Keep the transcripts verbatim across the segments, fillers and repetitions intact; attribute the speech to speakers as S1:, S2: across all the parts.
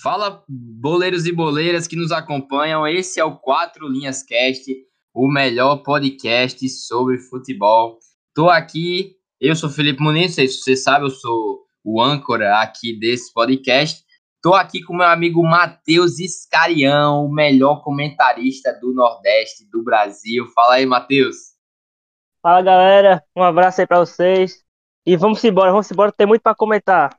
S1: Fala, boleiros e boleiras que nos acompanham. Esse é o Quatro Linhas Cast, o melhor podcast sobre futebol. Tô aqui, eu sou Felipe Muniz, não sei se você sabe, eu sou o âncora aqui desse podcast. Tô aqui com meu amigo Matheus Iscarião, o melhor comentarista do Nordeste do Brasil. Fala aí, Matheus.
S2: Fala galera, um abraço aí pra vocês. E vamos embora, vamos embora, tem muito pra comentar.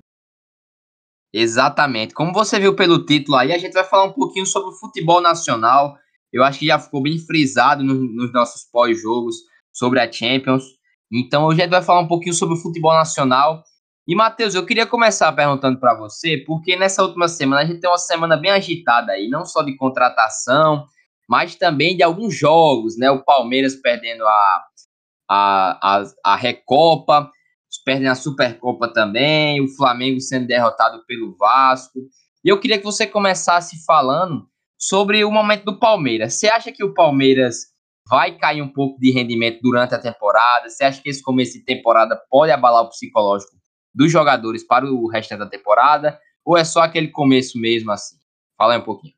S1: Exatamente. Como você viu pelo título aí, a gente vai falar um pouquinho sobre o futebol nacional. Eu acho que já ficou bem frisado no- nos nossos pós-jogos sobre a Champions. Então, hoje a gente vai falar um pouquinho sobre o futebol nacional. E, Matheus, eu queria começar perguntando para você, porque nessa última semana a gente tem uma semana bem agitada aí, não só de contratação, mas também de alguns jogos, né? O Palmeiras perdendo a a, a, a Recopa, perdem a Supercopa também, o Flamengo sendo derrotado pelo Vasco. E eu queria que você começasse falando sobre o momento do Palmeiras. Você acha que o Palmeiras vai cair um pouco de rendimento durante a temporada? Você acha que esse começo de temporada pode abalar o psicológico dos jogadores para o resto da temporada? Ou é só aquele começo mesmo assim? Fala aí um pouquinho.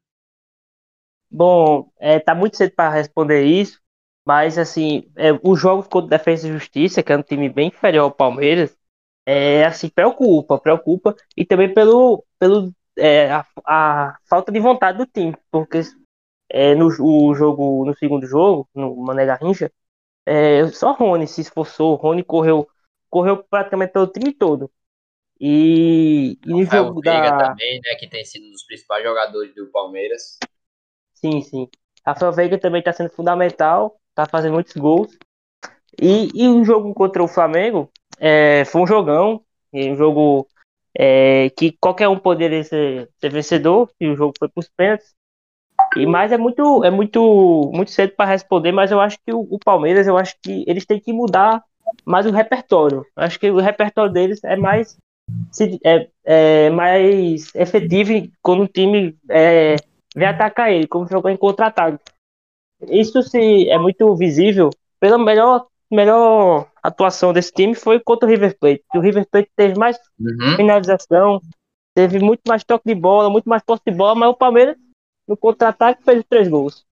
S2: Bom, é, tá muito cedo para responder isso, mas assim, é, os jogos contra o Defensa e Justiça, que é um time bem inferior ao Palmeiras, é assim, preocupa, preocupa, e também pelo, pelo é, a, a falta de vontade do time, porque é, no o jogo, no segundo jogo, no Mané Garrincha, é, só Rony se esforçou, Rony correu, correu praticamente pelo time todo. E, e no
S1: Rafael
S2: jogo
S1: Veiga
S2: da.
S1: também, né, que tem sido um dos principais jogadores do Palmeiras.
S2: Sim, sim. Rafael Veiga também está sendo fundamental, está fazendo muitos gols. E, e o jogo contra o Flamengo é, foi um jogão, e um jogo é, que qualquer um poderia ser, ser vencedor, e o jogo foi para os pênaltis. E, mas é muito, é muito, muito cedo para responder, mas eu acho que o, o Palmeiras, eu acho que eles têm que mudar mais o repertório. Eu acho que o repertório deles é mais, se- é, é mais efetivo quando o time é, vem atacar ele, como jogou em contra-ataque. Isso se é muito visível pela melhor, melhor atuação desse time foi contra o River Plate. O River Plate teve mais
S1: Uhum.
S2: finalização, teve muito mais toque de bola, muito mais posse de bola, mas o Palmeiras no contra-ataque fez os três gols.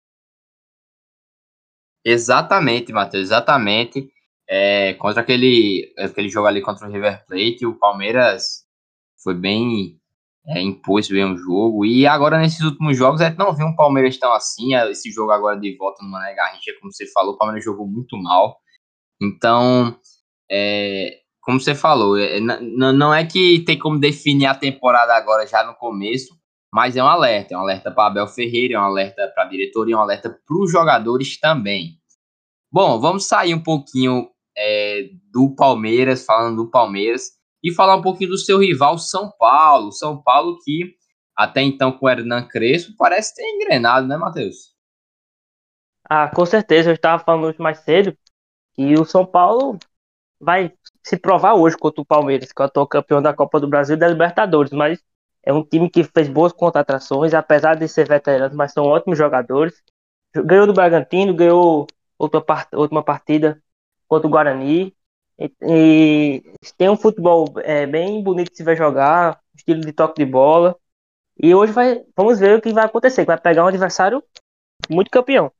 S1: Exatamente, Matheus, exatamente. É, contra aquele, aquele jogo ali contra o River Plate, o Palmeiras foi bem, é, impôs bem o jogo. E agora, nesses últimos jogos, a gente não viu um Palmeiras tão assim. é, Esse jogo agora de volta no Mané Garrincha, como você falou, o Palmeiras jogou muito mal. Então, é, como você falou, é, n- n- não é que tem como definir a temporada agora já no começo, mas é um alerta. É um alerta para Abel Ferreira, é um alerta para a diretoria, é um alerta para os jogadores também. Bom, vamos sair um pouquinho é, do Palmeiras, falando do Palmeiras, e falar um pouquinho do seu rival São Paulo. São Paulo que, até então, com o Hernan Crespo, parece ter engrenado, né, Matheus?
S2: Ah, com certeza, eu estava falando hoje mais cedo que o São Paulo vai se provar hoje contra o Palmeiras, que é o atual campeão da Copa do Brasil e da Libertadores, mas é um time que fez boas contratações, apesar de ser veterano, mas são ótimos jogadores. Ganhou do Bragantino, ganhou outra, part outra partida contra o Guarani. E, e tem um futebol é, bem bonito de se ver jogar, estilo de toque de bola. E hoje vai, vamos ver o que vai acontecer, que vai pegar um adversário muito campeão.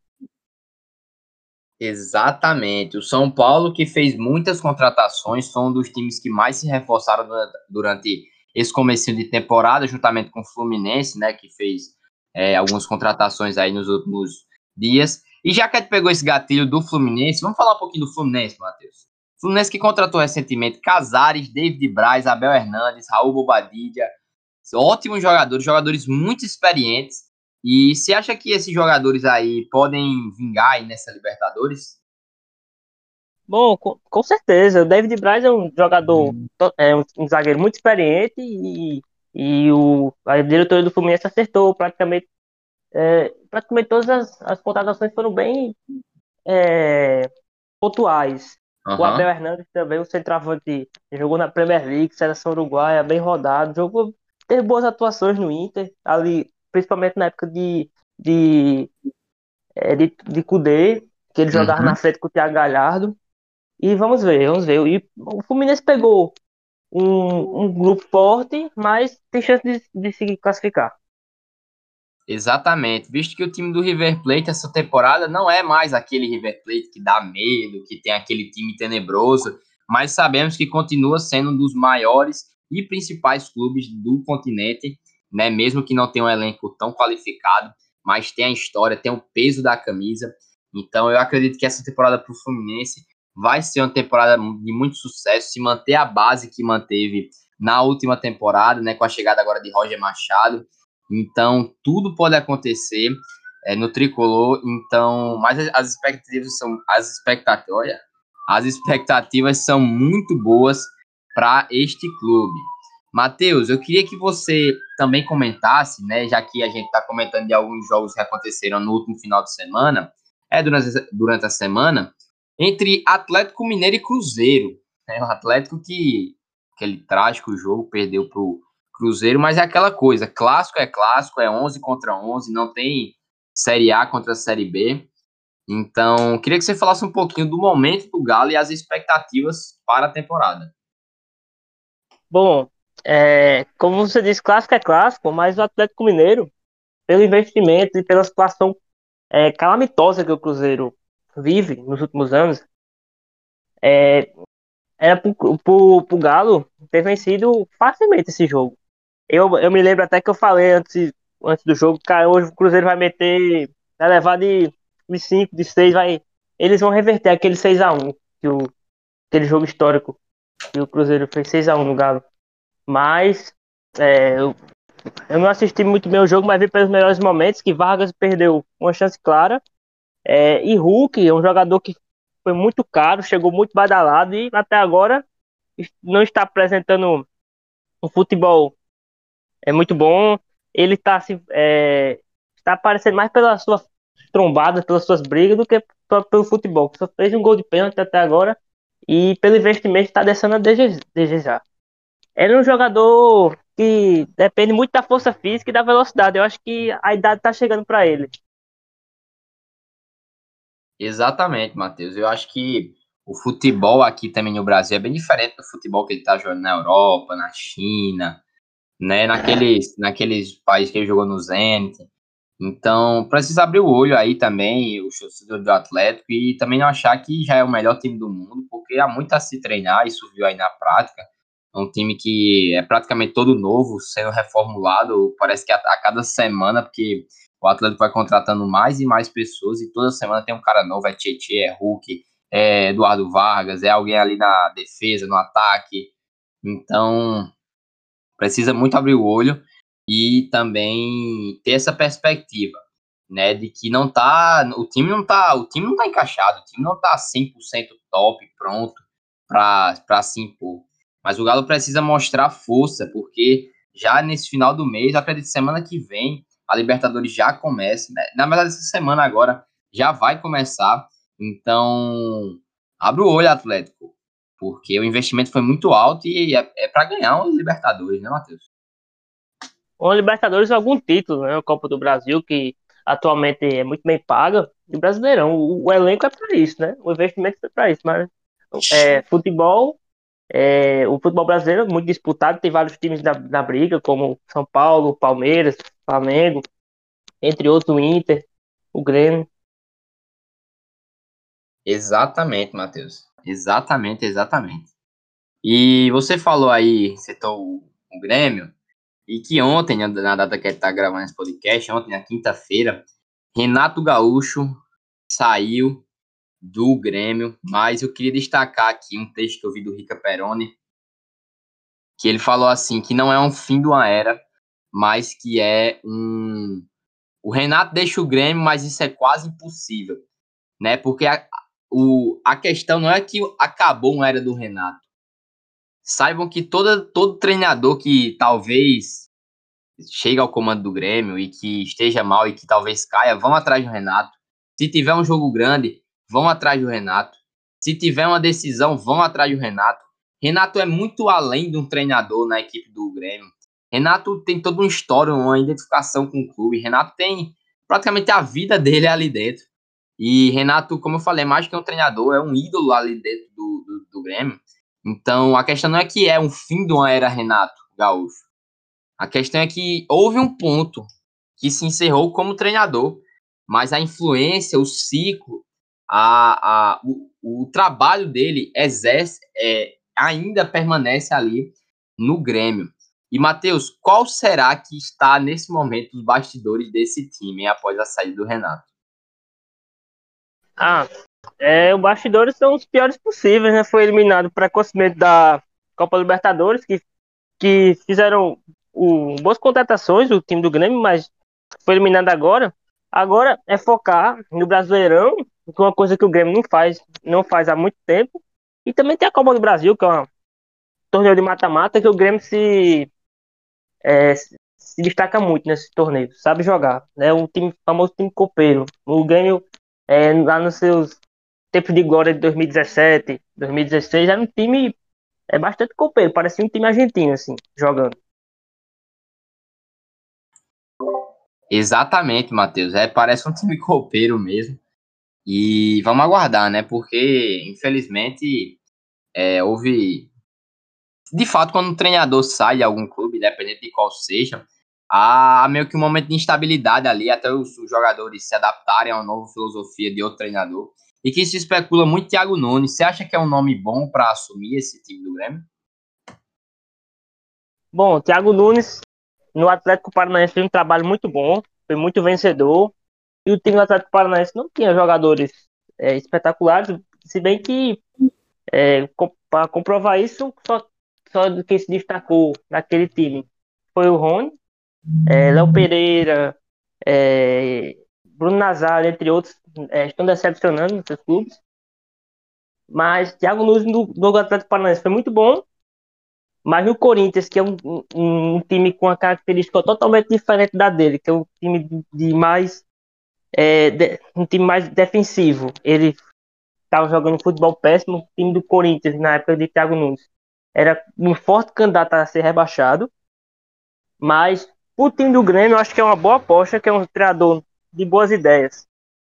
S1: Exatamente. O São Paulo, que fez muitas contratações, foi um dos times que mais se reforçaram durante, durante esse comecinho de temporada, juntamente com o Fluminense, né, que fez é, algumas contratações aí nos últimos dias. E já que a gente pegou esse gatilho do Fluminense, vamos falar um pouquinho do Fluminense, Matheus. Fluminense que contratou recentemente Casares, David Braz, Abel Hernandes, Raul Bobadilla, ótimos jogadores, jogadores muito experientes. E você acha que esses jogadores aí podem vingar aí nessa Libertadores?
S2: Bom, com, com certeza. O David Braz é um jogador, to- é um, um zagueiro muito experiente e, e o, a diretoria do Fluminense acertou praticamente, é, praticamente todas as, as contratações foram bem é, pontuais. O Abel
S1: Aham.
S2: Hernandes também, o centroavante, jogou na Premier League, seleção uruguaia, bem rodado, jogou, teve boas atuações no Inter, ali, principalmente na época de, de, é, de, de Kudê, que ele jogava na
S1: Uhum.
S2: frente com o Thiago Galhardo. E vamos ver, vamos ver. E o Fluminense pegou. um, um grupo forte, mas tem chance de, de se classificar.
S1: Exatamente, visto que o time do River Plate essa temporada não é mais aquele River Plate que dá medo, que tem aquele time tenebroso, mas sabemos que continua sendo um dos maiores e principais clubes do continente, né? Mesmo que não tenha um elenco tão qualificado, mas tem a história, tem o peso da camisa. Então eu acredito que essa temporada para o Fluminense vai ser uma temporada de muito sucesso, se manter a base que manteve na última temporada, né? Com a chegada agora de Roger Machado. Então, tudo pode acontecer é, no tricolor. Então, mas as expectativas são as expectativas, olha, as expectativas são muito boas para este clube. Matheus, eu queria que você também comentasse, né, já que a gente está comentando de alguns jogos que aconteceram no último final de semana, é durante, durante a semana, entre Atlético Mineiro e Cruzeiro. Né, o Atlético que aquele trágico jogo perdeu para o Cruzeiro, mas é aquela coisa, clássico é clássico, é onze contra onze, não tem Série A contra Série B. Então, queria que você falasse um pouquinho do momento do Galo e as expectativas para a temporada.
S2: Bom, é, como você disse, clássico é clássico, mas o Atlético Mineiro, pelo investimento e pela situação é, calamitosa que o Cruzeiro vive nos últimos anos, é, era pro, pro, pro Galo ter vencido facilmente esse jogo. Eu, eu me lembro até que eu falei antes, antes do jogo, cara, hoje o Cruzeiro vai meter, vai levar de, de cinco, de seis, vai, eles vão reverter aquele seis a um, que o, aquele jogo histórico que o Cruzeiro fez seis a um no Galo. Mas é, eu, eu não assisti muito bem o jogo, mas vi pelos melhores momentos que Vargas perdeu uma chance clara. É, e Hulk é um jogador que foi muito caro, chegou muito badalado e até agora não está apresentando um futebol é muito bom. Ele tá se é, está aparecendo mais pelas suas trombadas, pelas suas brigas, do que pelo futebol. Só fez um gol de pênalti até agora e pelo investimento está deixando a desejar. Ele é um jogador que depende muito da força física e da velocidade. Eu acho que a idade está chegando para ele.
S1: Exatamente, Matheus. Eu acho que o futebol aqui também no Brasil é bem diferente do futebol que ele está jogando na Europa, na China, né? Naqueles, naqueles países que ele jogou no Zenit. Então, precisa abrir o olho aí também, o torcedor do Atlético, e também não achar que já é o melhor time do mundo, porque há muito a se treinar, isso viu aí na prática. É um time que é praticamente todo novo, sendo reformulado, parece que a, a cada semana, porque o Atlético vai contratando mais e mais pessoas, e toda semana tem um cara novo, é Tietê, é Hulk, é Eduardo Vargas, é alguém ali na defesa, no ataque. Então, precisa muito abrir o olho e também ter essa perspectiva, né, de que não tá, o time não tá, o time não tá encaixado, o time não tá cem por cento top, pronto para para se impor. Mas o Galo precisa mostrar força, porque já nesse final do mês, acredito que semana que vem, a Libertadores já começa, né? Na verdade, essa semana agora já vai começar. Então, abre o olho, Atlético, porque o investimento foi muito alto e é, é para ganhar os Libertadores, né, Matheus?
S2: O Libertadores é algum título, né? A Copa do Brasil, que atualmente é muito bem paga, e o Brasileirão. O, o elenco é para isso, né? O investimento é para isso. Mas é, futebol, é, o futebol brasileiro é muito disputado, tem vários times na, na briga, como São Paulo, Palmeiras, Flamengo, entre outros, o Inter, o Grêmio.
S1: Exatamente, Matheus. Exatamente, exatamente. E você falou aí, citou o, o Grêmio, e que ontem, né, na data que a gente tá gravando esse podcast, ontem, na quinta-feira, Renato Gaúcho saiu do Grêmio, mas eu queria destacar aqui um texto que eu vi do Rica Peroni, que ele falou assim, que não é um fim de uma era, mas que é um... O Renato deixa o Grêmio, mas isso é quase impossível, né? Porque a, o, a questão não é que acabou uma era do Renato. Saibam que toda, todo treinador que talvez chegue ao comando do Grêmio e que esteja mal e que talvez caia, vão atrás do Renato. Se tiver um jogo grande, vão atrás do Renato. Se tiver uma decisão, vão atrás do Renato. Renato é muito além de um treinador na equipe do Grêmio. Renato tem toda uma história, uma identificação com o clube. Renato tem praticamente a vida dele ali dentro. E Renato, como eu falei, mais que um treinador, é um ídolo ali dentro do, do, do Grêmio. Então, a questão não é que é um fim de uma era Renato Gaúcho. A questão é que houve um ponto que se encerrou como treinador, mas a influência, o ciclo, a, a, o, o trabalho dele exerce, é, ainda permanece ali no Grêmio. E, Matheus, qual será que está nesse momento os bastidores desse time após a saída do Renato?
S2: Ah, é, os bastidores são os piores possíveis, né? Foi eliminado precocemente da Copa Libertadores, que, que fizeram o, boas contratações, o time do Grêmio, mas foi eliminado agora. Agora é focar no Brasileirão, que é uma coisa que o Grêmio não faz, não faz há muito tempo. E também tem a Copa do Brasil, que é um torneio de mata-mata, que o Grêmio se, é, se destaca muito nesse torneio, sabe jogar. É né? Um time famoso time copeiro. O Grêmio, é, lá nos seus tempos de glória de dois mil e dezessete, dois mil e dezesseis, era um time é, bastante copeiro, parecia um time argentino, assim, jogando.
S1: Exatamente, Matheus. É, parece um time copeiro mesmo. E vamos aguardar, né? Porque, infelizmente, é, houve. De fato, quando um treinador sai de algum clube, independente de qual seja, há meio que um momento de instabilidade ali, até os, os jogadores se adaptarem a uma nova filosofia de outro treinador. E que se especula muito Thiago Nunes. Você acha que é um nome bom para assumir esse time do Grêmio?
S2: Bom, o Thiago Nunes no Atlético Paranaense fez um trabalho muito bom, foi muito vencedor. E o time do Atlético Paranaense não tinha jogadores é, espetaculares, se bem que é, para comprovar isso, só, só do que se destacou naquele time foi o Rony, é, Léo Pereira, é, Bruno Nazário, entre outros, é, estão decepcionando nos seus clubes. Mas Thiago Nunes do, do Atlético Paranaense foi muito bom. Mas no Corinthians, que é um, um, um time com uma característica totalmente diferente da dele, que é um time de mais é, de, um time mais defensivo. Ele estava jogando futebol péssimo. O time do Corinthians, na época de Thiago Nunes, era um forte candidato a ser rebaixado. Mas o time do Grêmio, eu acho que é uma boa aposta, que é um treinador de boas ideias.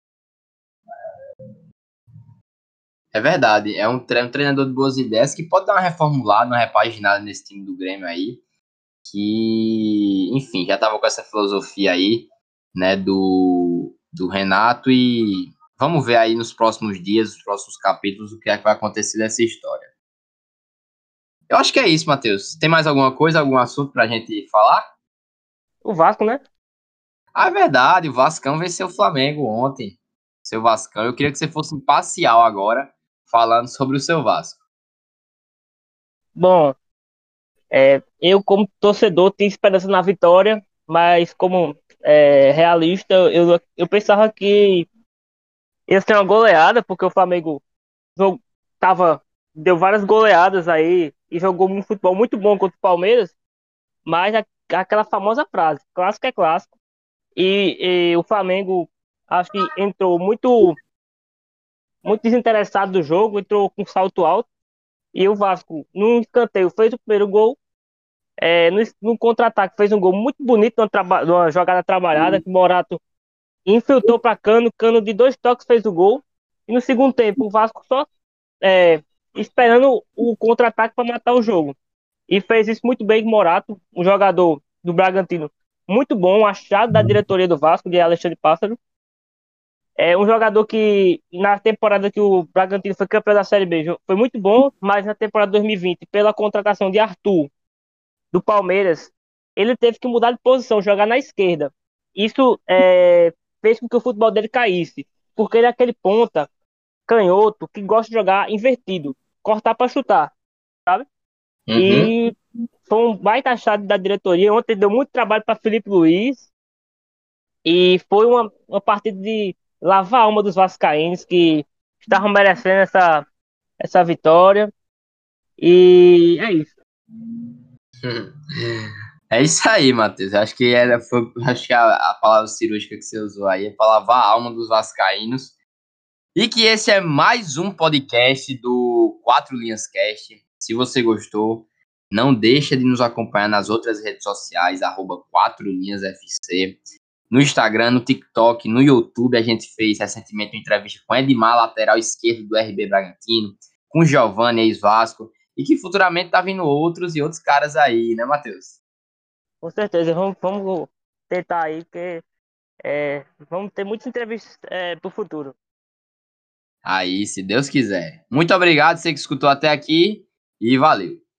S1: É verdade, é um, tre um treinador de boas ideias que pode dar uma reformulada, uma repaginada nesse time do Grêmio aí, que, enfim, já tava com essa filosofia aí, né, do, do Renato e vamos ver aí nos próximos dias, nos próximos capítulos, o que é que vai acontecer dessa história. Eu acho que é isso, Matheus. Tem mais alguma coisa, algum assunto pra gente falar?
S2: O Vasco, né?
S1: Ah, é verdade, o Vascão venceu o Flamengo ontem. Seu Vascão, eu queria que você fosse imparcial agora, falando sobre o seu Vasco.
S2: Bom, é, eu como torcedor tinha esperança na vitória, mas como é, realista, eu, eu pensava que ia ser uma goleada, porque o Flamengo jog, tava, deu várias goleadas aí e jogou um futebol muito bom contra o Palmeiras, mas a, aquela famosa frase, clássico é clássico, e, e o Flamengo acho que entrou muito, muito desinteressado do jogo, entrou com salto alto, e o Vasco, num escanteio, fez o primeiro gol. É, no, no contra-ataque fez um gol muito bonito, numa, traba, numa jogada trabalhada, que o Morato infiltrou para Cano, Cano de dois toques fez o gol. E no segundo tempo, o Vasco só é, esperando o contra-ataque para matar o jogo. E fez isso muito bem com o Morato, um jogador do Bragantino muito bom, achado da diretoria do Vasco, de Alexandre Pássaro. É um jogador que, na temporada que o Bragantino foi campeão da Série B, foi muito bom, mas na temporada dois mil e vinte, pela contratação de Arthur, do Palmeiras, ele teve que mudar de posição, jogar na esquerda. Isso é, fez com que o futebol dele caísse, porque ele é aquele ponta canhoto que gosta de jogar invertido, cortar para chutar, sabe?
S1: Uhum.
S2: E foi um baita achado da diretoria. Ontem deu muito trabalho para Felipe Luiz e foi uma, uma partida de lavar a alma dos vascaínos que estavam merecendo essa, essa vitória. E é isso.
S1: É isso aí, Matheus. Acho que era, foi, acho que a, a palavra cirúrgica que você usou aí é para lavar a alma dos vascaínos. E que esse é mais um podcast do Quatro Linhas Cast. Se você gostou, não deixa de nos acompanhar nas outras redes sociais, arroba Quatro Linhas F C. No Instagram, no TikTok, no YouTube, a gente fez recentemente uma entrevista com Edmar, lateral esquerdo do R B Bragantino, com Giovanni, ex-Vasco. e que futuramente tá vindo outros e outros caras aí, né, Matheus?
S2: Com certeza, vamos, vamos tentar aí, porque é, vamos ter muitas entrevistas é, pro futuro.
S1: Aí, se Deus quiser. Muito obrigado, você que escutou até aqui e valeu.